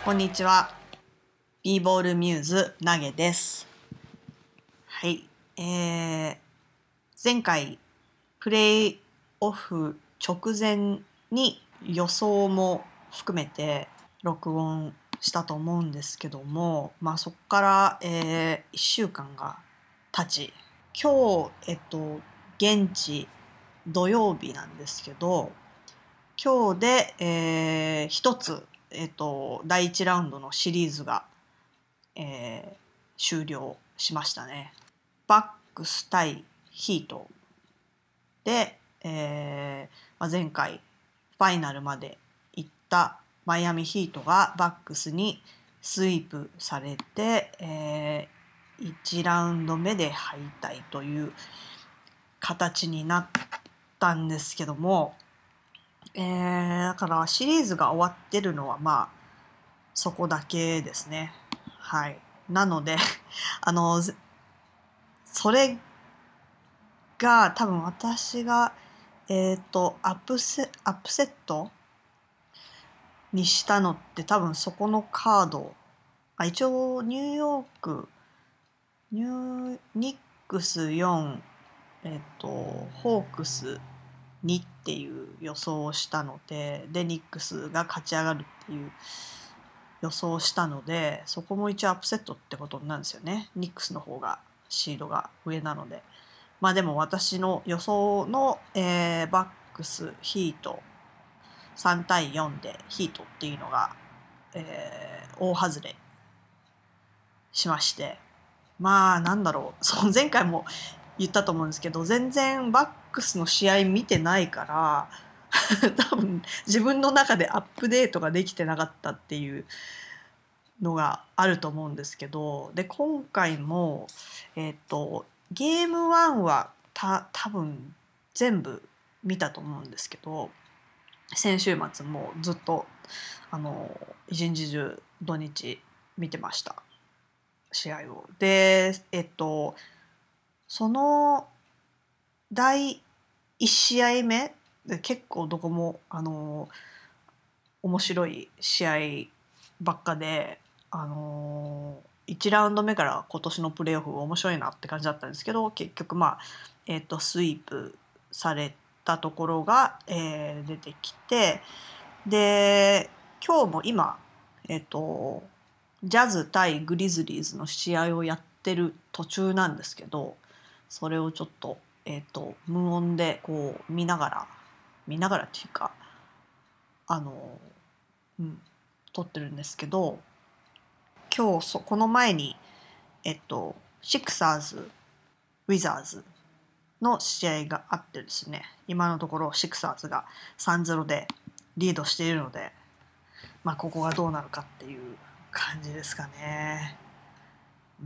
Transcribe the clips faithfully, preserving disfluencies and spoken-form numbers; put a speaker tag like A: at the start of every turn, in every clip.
A: こんにちは。ビーボールミューズナゲです。はい、えー、前回プレイオフ直前に予想も含めて録音したと思うんですけども、まあそこから、えー、いっしゅうかんが経ち、今日えっと現地土曜日なんですけど、今日で、えー、一つ、えっと、だいいちラウンドのシリーズが、えー、終了しましたね。バックス対ヒートで、えーまあ、前回ファイナルまで行ったマイアミヒートがバックスにスイープされて、えー、いちラウンド目で敗退という形になったんですけども、えー、だからシリーズが終わってるのはまあそこだけですね。はい。なのであのそれが多分私がえっ、ー、とアップセアップセットにしたのって多分そこのカード、あ一応ニューヨークニューニックスよん、えっ、ー、とホークスにっていう予想をしたので、でニックスが勝ち上がるっていう予想をしたので、そこも一応アップセットってことなんですよね。ニックスの方がシードが上なので、まあでも私の予想の、えー、バックスヒートさんたいよんでヒートっていうのが、えー、大外れしまして、まあなんだろう、その前回も言ったと思うんですけど、全然バックスの試合見てないから多分自分の中でアップデートができてなかったっていうのがあると思うんですけど、で今回もえっ、ー、とゲームワンはた多分全部見たと思うんですけど、先週末もずっとあの一日中土日見てました、試合を。でえっとそのだいいち試合目で結構どこもあの面白い試合ばっかで、あのいちラウンド目から今年のプレーオフ面白いなって感じだったんですけど、結局まあ、えー、とスイープされたところが、えー、出てきて、で今日も今、えー、とジャズ対グリズリーズの試合をやってる途中なんですけど、それをちょっと,、えー、と無音でこう見ながら見ながらっていうかあのうん、撮ってるんですけど、今日そこの前にえっとシクサーズウィザーズの試合があってですね、今のところシクサーズが さんたいゼロ でリードしているので、まあここがどうなるかっていう感じですかね。うん、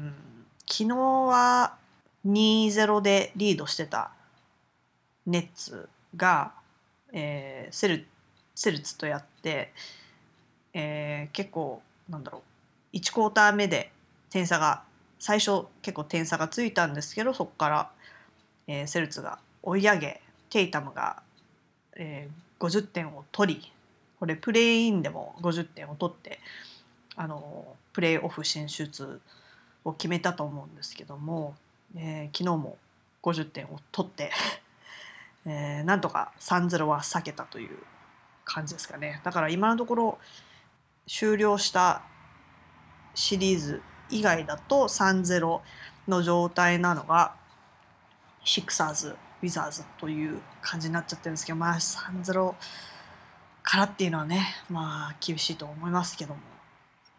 A: 昨日は にたいゼロ でリードしてたネッツが、えー、セルセルツとやって、えー、結構なんだろういちクォーター目で点差が最初結構点差がついたんですけど、そこから、えー、セルツが追い上げ、テイタムが、えー、ごじゅってんを取り、これプレーインでもごじゅってんを取ってあのプレーオフ進出を決めたと思うんですけども、えー、昨日もごじゅってんを取って、えー、なんとか さんたいゼロ は避けたという感じですかね。だから今のところ終了したシリーズ以外だと さんたいゼロ の状態なのがシクサーズ、ウィザーズという感じになっちゃってるんですけど、まあ さんたいゼロ からっていうのはね、まあ厳しいと思いますけども、うん、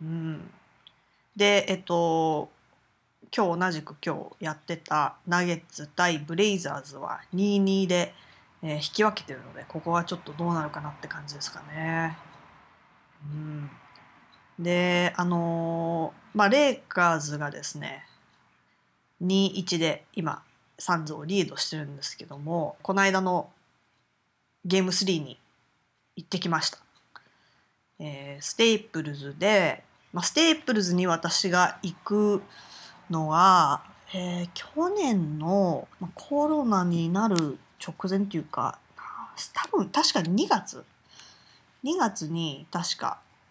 A: でえっと今日同じく今日やってたナゲッツ対ブレイザーズは にたいに で、えー、引き分けてるので、ここはちょっとどうなるかなって感じですかね。うん、であのー、まあレイカーズがですねにたいいちで今サンズをリードしてるんですけども、この間のゲームスリーに行ってきました。えー、ステイプルズで、まあ、ステイプルズに私が行くのは、えー、去年の、まあ、コロナになる直前というか、多分確かににがつにがつに確か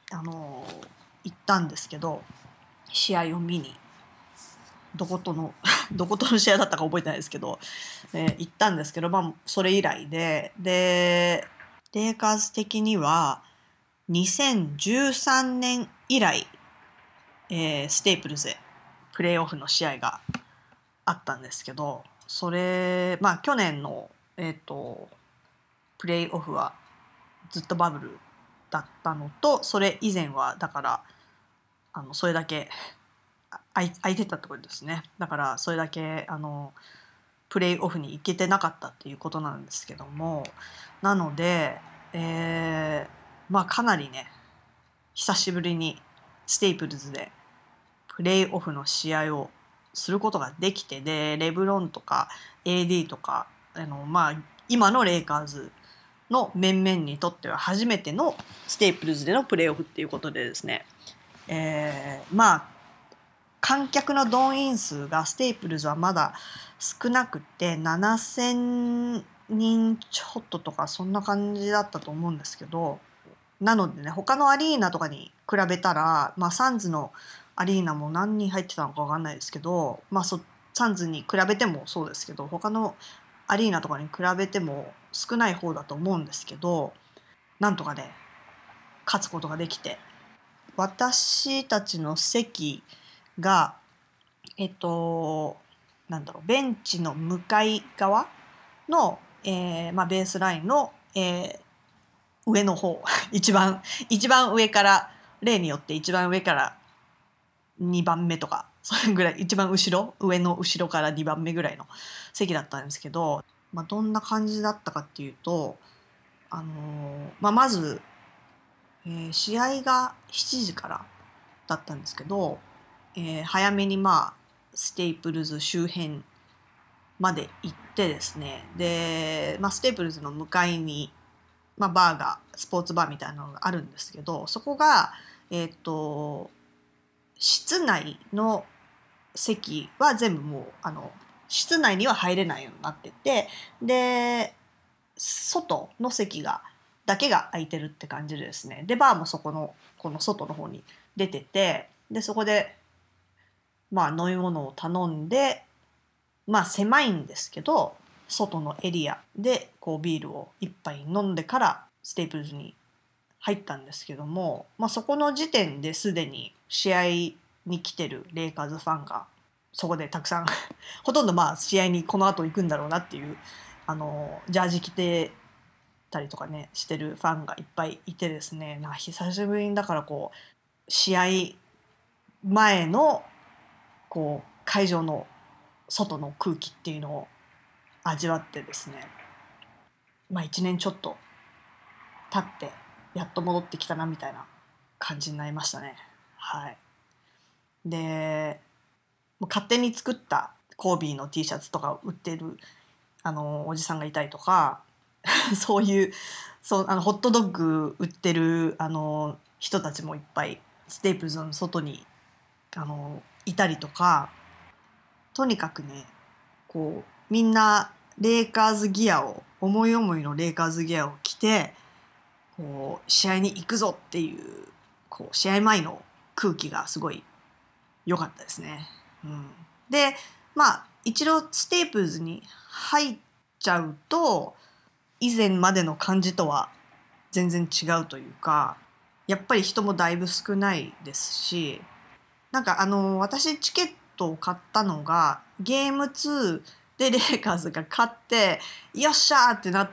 A: あの行ったんですけど、試合を見にどことのどことの試合だったか覚えてないですけど、えー行ったんですけど、まあそれ以来で、でレイカーズ的にはにせんじゅうさんねん以来、えーステープルズでプレーオフの試合があったんですけど、それまあ去年のえっ、とプレーオフはずっとバブルだったのと、それ以前はだからあのそれだけ空い空いてたってことですね。だからそれだけあのプレーオフに行けてなかったっていうことなんですけども、なので、えーまあかなりね久しぶりにステイプルズでプレーオフの試合をすることができて、でレブロンとか エーディー とかあの、まあ、今のレイカーズの面々にとっては初めてのステイプルズでのプレーオフっていうことでですね、えー、まあ観客の動員数がステイプルズはまだ少なくてななせんにんちょっととかそんな感じだったと思うんですけど、なのでね他のアリーナとかに比べたら、まあ、サンズのアリーナも何人入ってたのか分かんないですけど、まあ、そサンズに比べてもそうですけど他のアリーナとかに比べても少ない方だと思うんですけど、なんとかね勝つことができて、私たちの席がえっとなんだろうベンチの向かい側の、えーまあ、ベースラインの、えー上の方一番一番上から例によって一番上からにばんめとかそれぐらい一番後ろ上の後ろからにばんめぐらいの席だったんですけど、まあ、どんな感じだったかっていうと、あのーまあ、まず、えー試合がしちじからだったんですけど、えー早めにまあステイプルズ周辺まで行ってですね、で、まあ、ステープルズの向かいに、まあ、バーがスポーツバーみたいなのがあるんですけど、そこが、えっと室内の席は全部もうあの室内には入れないようになってて、で外の席がだけが空いてるって感じでですね、でバーもそこのこの外の方に出てて、でそこでまあ飲み物を頼んで、まあ狭いんですけど外のエリアでこうビールを一杯飲んでからステープルズに入ったんですけども、まあ、そこの時点ですでに試合に来てるレイカーズファンがそこでたくさんほとんどまあ試合にこの後行くんだろうなっていうあのジャージ着てたりとかねしてるファンがいっぱいいてですね、な久しぶりにだからこう試合前のこう会場の外の空気っていうのを味わってですね、まあいちねんちょっと経ってやっと戻ってきたなみたいな感じになりましたね。はい。でもう勝手に作ったコービーの T シャツとかを売ってるあのおじさんがいたりとかそういうそうあのホットドッグ売ってるあの人たちもいっぱいステープルズの外にあのいたりとか、とにかくねこうみんなレイカーズギアを思い思いのレイカーズギアを着てこう試合に行くぞっていうこう試合前の空気がすごい良かったですね。うん、でまあ一度ステープルズに入っちゃうと以前までの感じとは全然違うというか、やっぱり人もだいぶ少ないですし、なんかあの私チケットを買ったのがゲームツーでレイカーズが勝ってよっしゃーってなって、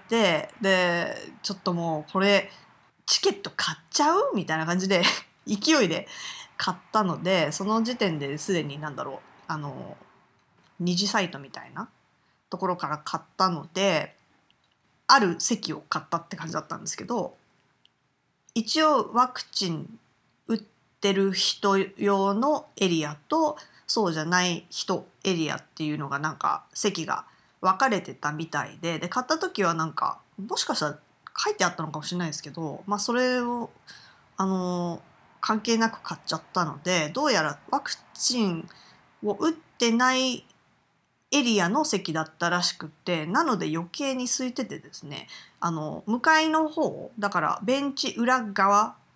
A: でちょっともうこれチケット買っちゃうみたいな感じで勢いで買ったので、その時点ですでになんだろうあの二次サイトみたいなところから買ったのである席を買ったって感じだったんですけど、一応ワクチン打ってる人用のエリアとそうじゃない人エリアっていうのがなんか席が分かれてたみたいで、で買った時はなんかもしかしたら書いてあったのかもしれないですけど、まあそれをあの関係なく買っちゃったので、どうやらワクチンを打ってないエリアの席だったらしくて、なので余計に空いててですね、あの向かいの方だからベンチ裏側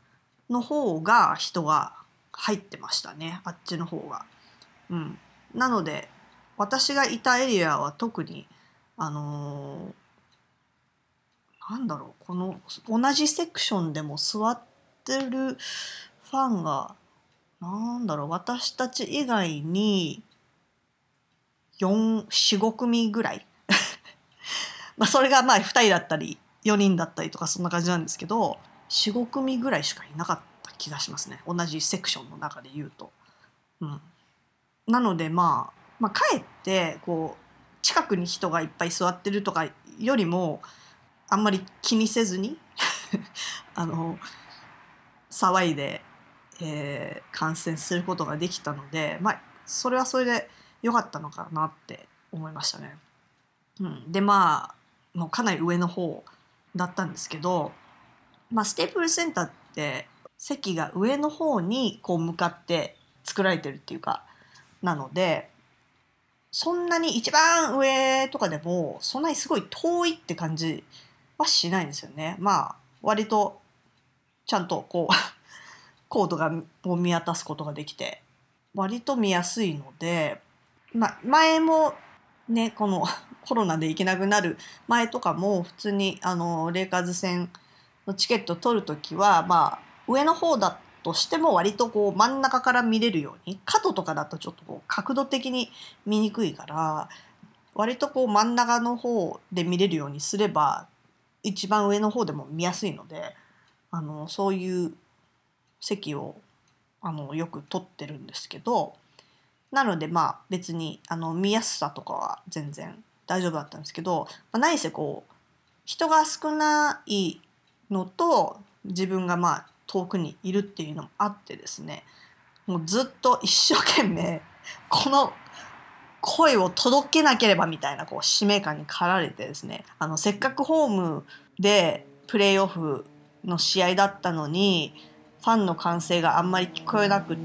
A: の方が人が入ってましたね、あっちの方が。うん、なので私がいたエリアは特にあのーなんだろう、この同じセクションでも座ってるファンがなんだろう、私たち以外によん、よん、ご組ぐらいまあそれがまあふたりだったりよにんだったりとかそんな感じなんですけど、よん、ご組ぐらいしかいなかった気がしますね、同じセクションの中で言うと。うん、なので、まあ、まあかえってこう近くに人がいっぱい座ってるとかよりもあんまり気にせずにあの騒いで、えー観戦することができたので、まあそれはそれで良かったのかなって思いましたね。うん、でまあもうかなり上の方だったんですけど、まあ、ステープルセンターって席が上の方にこう向かって作られてるっていうかなので、そんなに一番上とかでもそんなにすごい遠いって感じはしないんですよね。まあ割とちゃんとこうコートがを見渡すことができて割と見やすいので、まあ、前もねこのコロナで行けなくなる前とかも普通にあのレイカーズ戦のチケット取るときは、まあ、上の方だとしても割とこう真ん中から見れるように、角とかだとちょっとこう角度的に見にくいから割とこう真ん中の方で見れるようにすれば一番上の方でも見やすいので、あのそういう席をあのよく取ってるんですけど、なのでまあ別にあの見やすさとかは全然大丈夫だったんですけど、まあ、何せこう人が少ないのと自分がまあ遠くにいるっていうのもあってですね、もうずっと一生懸命この声を届けなければみたいなこう使命感に駆られてですね、あのせっかくホームでプレーオフの試合だったのにファンの歓声があんまり聞こえなくって、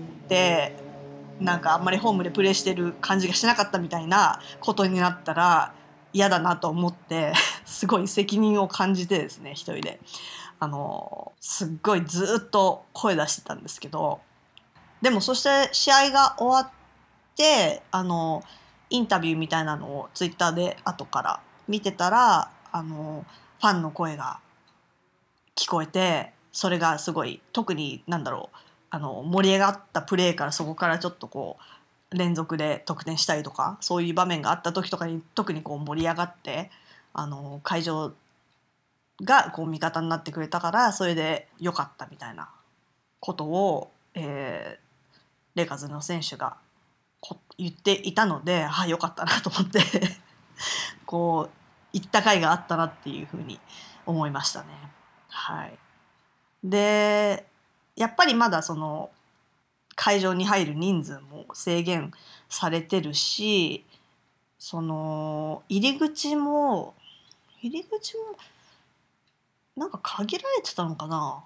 A: なんかあんまりホームでプレーしてる感じがしなかったみたいなことになったら嫌だなと思ってすごい責任を感じてですね、一人であのすっごいずっと声出してたんですけど、でもそして試合が終わってあのインタビューみたいなのをツイッターで後から見てたら、あのファンの声が聞こえて、それがすごい特になんだろう、あの盛り上がったプレーからそこからちょっとこう連続で得点したりとかそういう場面があった時とかに特にこう盛り上がって、あの会場がこう味方になってくれたからそれで良かったみたいなことを、えーレイカーズの選手が言っていたので、あ、良かったなと思ってこう行った甲斐があったなっていうふうに思いましたね。はい、でやっぱりまだその会場に入る人数も制限されてるし、その入り口も入り口もなんか限られてたのかな。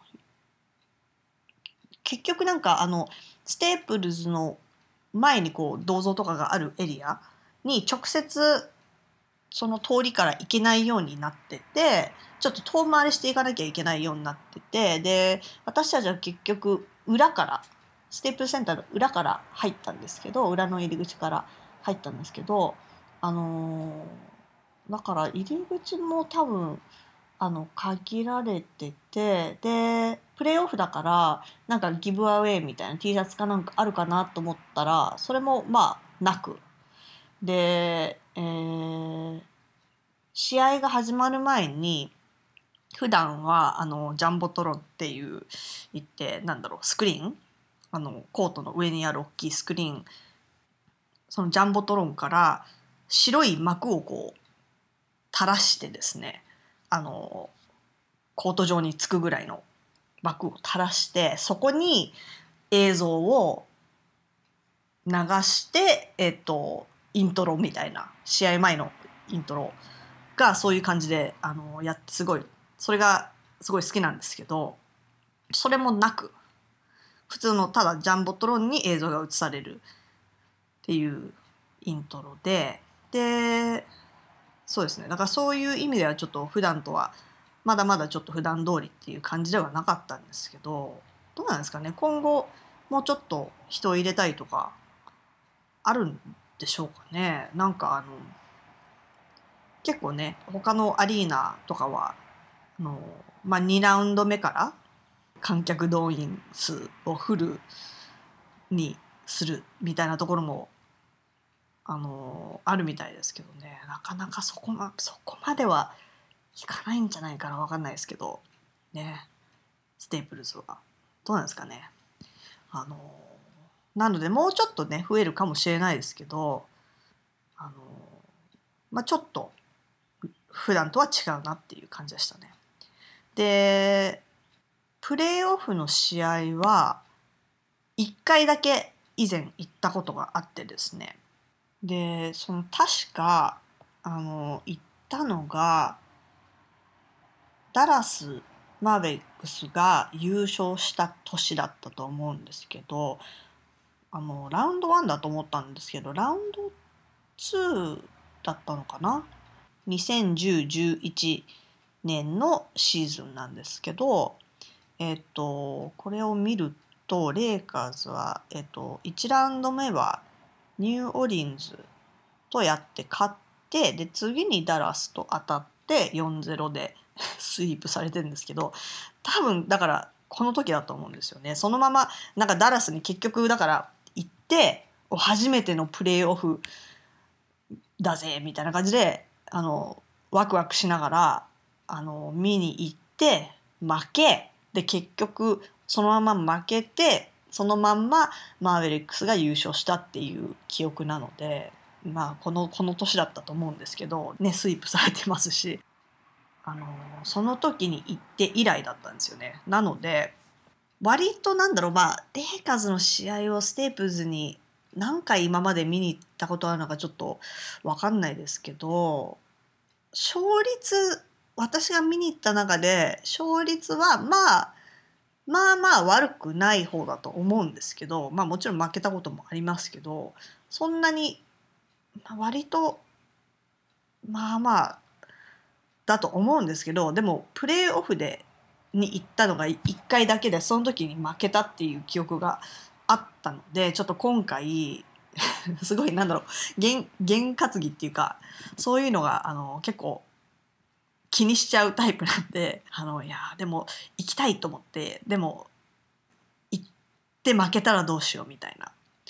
A: 結局なんかあのステープルズの前にこう銅像とかがあるエリアに直接その通りから行けないようになってて、ちょっと遠回りしていかなきゃいけないようになってて、で私たちは結局裏からステープルセンターの裏から入ったんですけど、裏の入り口から入ったんですけど、あのーだから入り口も多分あの限られてて、でプレーオフだからなんかギブアウェイみたいな T シャツかなんかあるかなと思ったらそれもまあなく、で、えー試合が始まる前に普段はあのジャンボトロンっていう言ってなんだろうスクリーン、あのコートの上にある大きいスクリーン、そのジャンボトロンから白い幕をこう垂らしてですね、あのコート上につくぐらいの幕を垂らしてそこに映像を流して、えっと、イントロみたいな試合前のイントロがそういう感じであのやってすごいそれがすごい好きなんですけど、それもなく普通のただジャンボトロンに映像が映されるっていうイントロで、でそうですね、だからそういう意味ではちょっと普段とはまだまだちょっと普段通りっていう感じではなかったんですけど、 どうなんですかね、今後もうちょっと人を入れたいとかあるんでしょうかね。なんかあの結構ね他のアリーナとかはあの、まあ、にラウンド目から観客動員数をフルにするみたいなところもあのあるみたいですけどね、なかなかそこまそこまではいかないんじゃないかな、分かんないですけどね。ステープルズはどうなんですかね。あのなのでもうちょっとね増えるかもしれないですけど、あのまあちょっと普段とは違うなっていう感じでしたね。でプレーオフの試合はいっかいだけ以前行ったことがあってですね、でその確かあの行ったのがダラス・マーベリックスが優勝した年だったと思うんですけど、あのラウンドワンだと思ったんですけどラウンドツーだったのかな。にせんじゅう、じゅういちねんのシーズンなんですけど、えっとこれを見るとレイカーズは、えっと、いちラウンド目はニューオリンズとやって勝って、で次にダラスと当たってよんたいゼロでスイープされてるんですけど、多分だからこの時だと思うんですよね。そのままなんかダラスに結局だから行って初めてのプレーオフだぜみたいな感じであのワクワクしながらあの見に行って負けで結局そのまま負けてそのまんまマーベリックスが優勝したっていう記憶なので、まあこのこの年だったと思うんですけどね、スイープされてますし、あのその時に行って以来だったんですよね。なので割となんだろう、まあレイカーズの試合をステープルズに何回今まで見に行ったことあるのかちょっと分かんないですけど、勝率私が見に行った中で勝率はまあまあまあ悪くない方だと思うんですけど、まあもちろん負けたこともありますけど、そんなに、まあ、割とまあまあだと思うんですけど、でもプレーオフでに行ったのがいっかいだけでその時に負けたっていう記憶があったので、ちょっと今回すごいなんだろう験験担ぎっていうかそういうのがあの結構気にしちゃうタイプなんで、あのいやでも行きたいと思って、でも行って負けたらどうしようみたいな。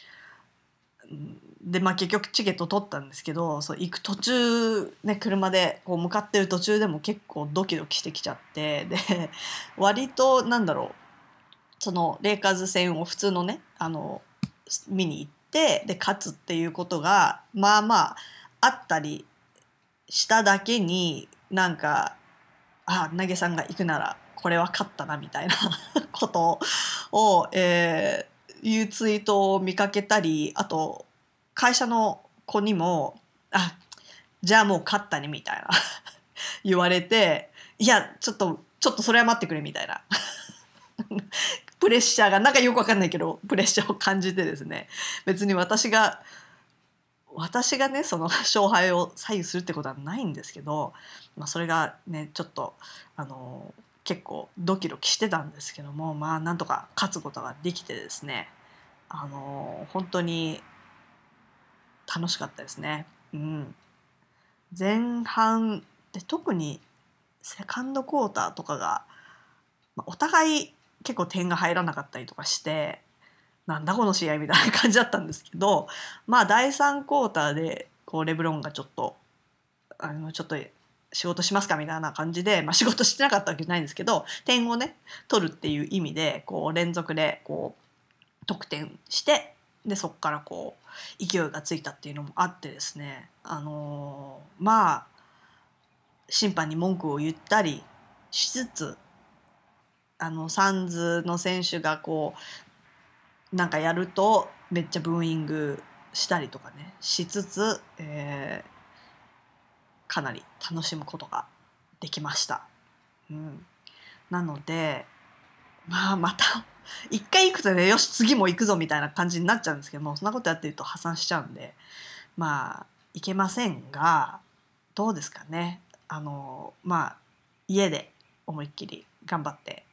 A: でまあ結局チケット取ったんですけど、そう行く途中ね車でこう向かってる途中でも結構ドキドキしてきちゃって、で割となんだろうそのレイカーズ戦を普通のねあの見に行ってで勝つっていうことがまあまああったりしただけに、なんかあ投げさんが行くならこれは勝ったなみたいなことを、えーいうツイートを見かけたり、あと会社の子にも「あじゃあもう勝ったね」みたいな言われて、いやちょっとちょっとそれは待ってくれみたいなプレッシャーがなんかよくわかんないけどプレッシャーを感じてですね、別に私が私がねその勝敗を左右するってことはないんですけど、まあ、それがねちょっとあの結構ドキドキしてたんですけども、まあなんとか勝つことができてですね、あの本当に楽しかったですね。うん、前半で特にセカンドクォーターとかが、まあ、お互い結構点が入らなかったりとかしてなんだこの試合みたいな感じだったんですけど、まあだいさんクォーターでこうレブロンがちょっとあのちょっと仕事しますかみたいな感じで、まあ、仕事してなかったわけじゃないんですけど点をね取るっていう意味でこう連続でこう得点してでそこからこう勢いがついたっていうのもあってですね、あのーまあ審判に文句を言ったりしつつ、あのサンズの選手がこうなんかやるとめっちゃブーイングしたりとかねしつつ、えーかなり楽しむことができました。うん、なのでまあまた一回行くとねよし次も行くぞみたいな感じになっちゃうんですけども、そんなことやってると破産しちゃうんでまあいけませんが、どうですかね、あのまあ家で思いっきり頑張って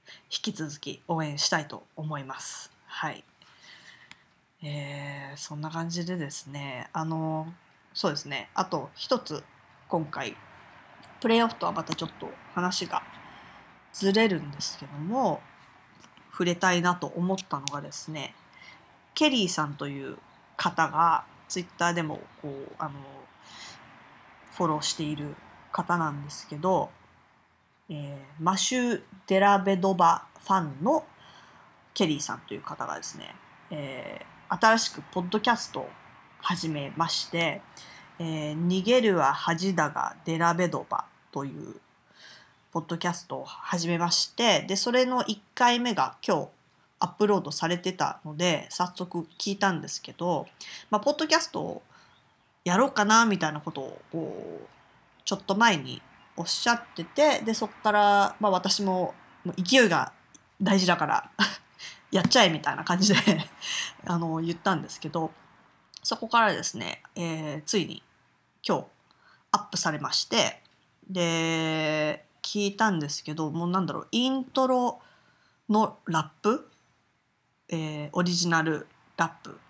A: 引き続き応援したいと思います。はい、えー、そんな感じでですね、あのそうですね、あと一つ今回プレーオフとはまたちょっと話がずれるんですけども、触れたいなと思ったのがですね、ケリーさんという方がツイッターでもこうあのフォローしている方なんですけど、えー、マシュ・デラベドバファンのケリーさんという方がですね、えー、新しくポッドキャストを始めまして、えー、逃げるは恥だがデラベドバというポッドキャストを始めまして、でそれのいっかいめが今日アップロードされてたので早速聞いたんですけど、まあ、ポッドキャストをやろうかなみたいなことをこうちょっと前におっしゃってて、でそっから、まあ、私も勢いが大事だからやっちゃえみたいな感じであの言ったんですけど、そこからですね、えー、ついに今日アップされまして、で聞いたんですけど、もうなんだろう、イントロのラップ、えー、オリジナルラップ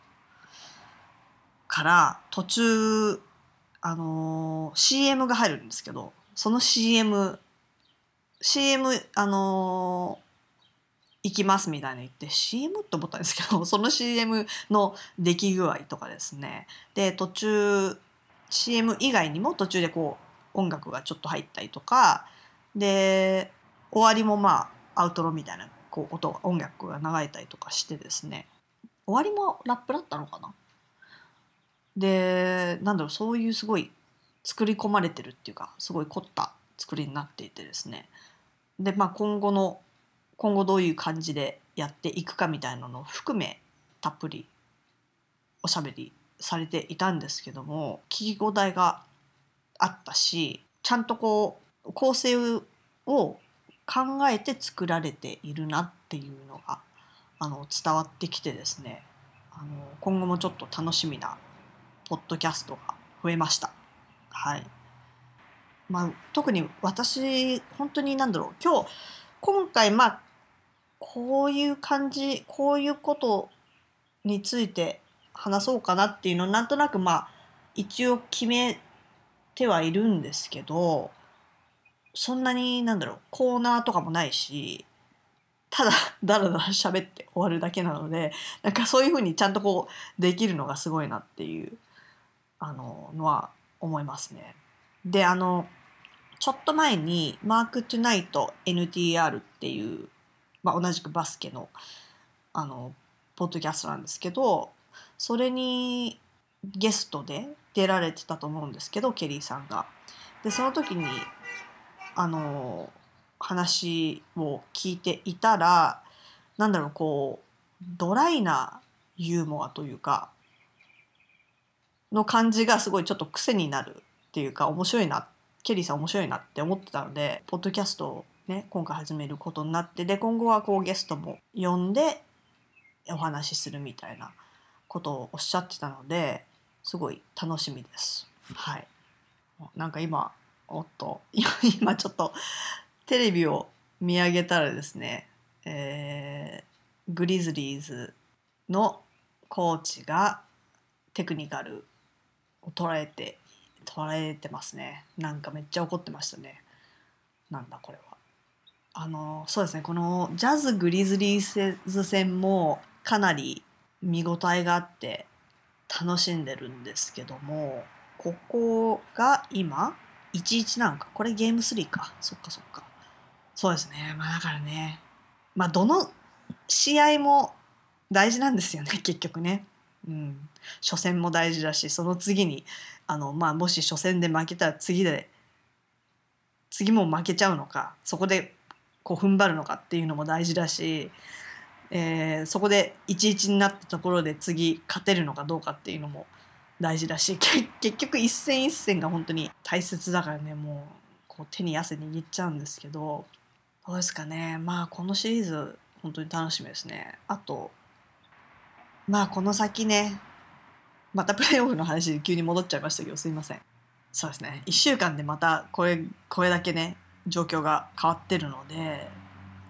A: から途中あのー、シーエム が入るんですけど、その シーエム シーエム あのー、行きますみたいな言って シーエム って思ったんですけど、その シーエム の出来具合とかですね、で途中 シーエム 以外にも途中でこう音楽がちょっと入ったりとかで、終わりもまあアウトロみたいなこう音音楽が流れたりとかしてですね、終わりもラップだったのかな。でなんだろう、そういうすごい作り込まれてるっていうか、すごい凝った作りになっていてですね、でまあ今後の今後どういう感じでやっていくかみたいなのを含めたっぷりおしゃべりされていたんですけども、聞き応えがあったし、ちゃんとこう構成を考えて作られているなっていうのがあの伝わってきてですね、あの今後もちょっと楽しみなポッドキャストが増えました。はい。まあ特に私本当になんだろう、今日今回まあこういう感じ、こういうことについて話そうかなっていうのをなんとなくまあ一応決めてはいるんですけど、そんなになんだろうコーナーとかもないし、ただだらだら喋って終わるだけなので、なんかそういう風にちゃんとこうできるのがすごいなっていうあののは思いますね。であのちょっと前にマーク・トゥナイト エヌティーアール っていう、まあ、同じくバスケのあのポッドキャストなんですけど、それにゲストで出られてたと思うんですけど、ケリーさんが。でその時にあの話を聞いていたら、なんだろうこうドライなユーモアというかの感じがすごいちょっと癖になるっていうか、面白いな、ケリーさん面白いなって思ってたので、ポッドキャストをね今回始めることになって、で今後はこうゲストも呼んでお話しするみたいなことをおっしゃってたので、すごい楽しみです。はい。なんか今おっと今ちょっとテレビを見上げたらですね、えー、グリズリーズのコーチがテクニカルを捉えて捉えてますね。なんかめっちゃ怒ってましたね。なんだこれは。あのそうですね、このジャズグリズリーズ戦もかなり見応えがあって楽しんでるんですけども、ここが今いちいちなのか、これゲームスリーか、そっかそっか、そうですね。まあだからね、まあどの試合も大事なんですよね結局ね。うん、初戦も大事だし、その次にあの、まあ、もし初戦で負けたら次で次も負けちゃうのか、そこでこう踏ん張るのかっていうのも大事だし、えーそこでいちいちになったところで次勝てるのかどうかっていうのも大事だし、結局一戦一戦が本当に大切だからね、もうこう手に汗握っちゃうんですけど、どうですかね。まあこのシリーズ本当に楽しみですね。あとまあこの先ね、またプレーオフの話で急に戻っちゃいましたけどすいません。そうですね、いっしゅうかんでまたこれこれだけね状況が変わってるので、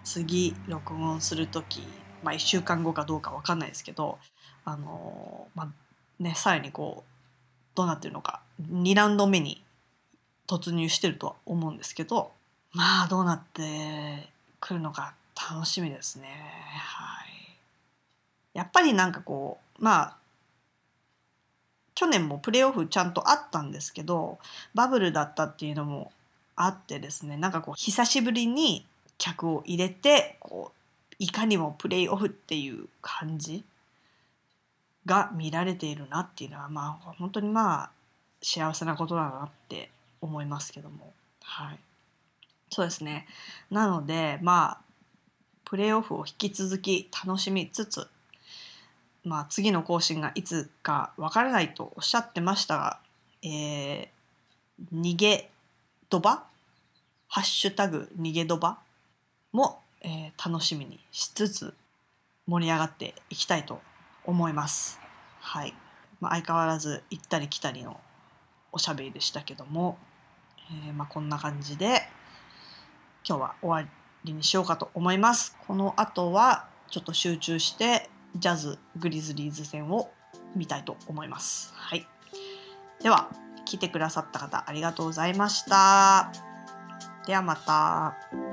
A: 次録音する時、まあ、いっしゅうかんごかどうか分かんないですけど、あのまあね、さらにこうどうなってるのかにラウンド目に突入してるとは思うんですけど、まあどうなってくるのか楽しみですね。はい。やっぱりなんかこうまあ去年もプレーオフちゃんとあったんですけど、バブルだったっていうのもあってですね、なんかこう久しぶりに客を入れてこういかにもプレーオフっていう感じが見られているなっていうのは、まあ本当にまあ幸せなことだなって思いますけども、はい、そうですね。なのでまあプレーオフを引き続き楽しみつつ、まあ次の更新がいつかわからないとおっしゃってましたが、えー、逃げドバハッシュタグ逃げドバも、えー楽しみにしつつ盛り上がっていきたいと思います。はい。まあ、相変わらず行ったり来たりのおしゃべりでしたけども、えーまあ、こんな感じで今日は終わりにしようかと思います。この後はちょっと集中してジャズグリズリーズ戦を見たいと思います。はい。では来てくださった方ありがとうございました。ではまた。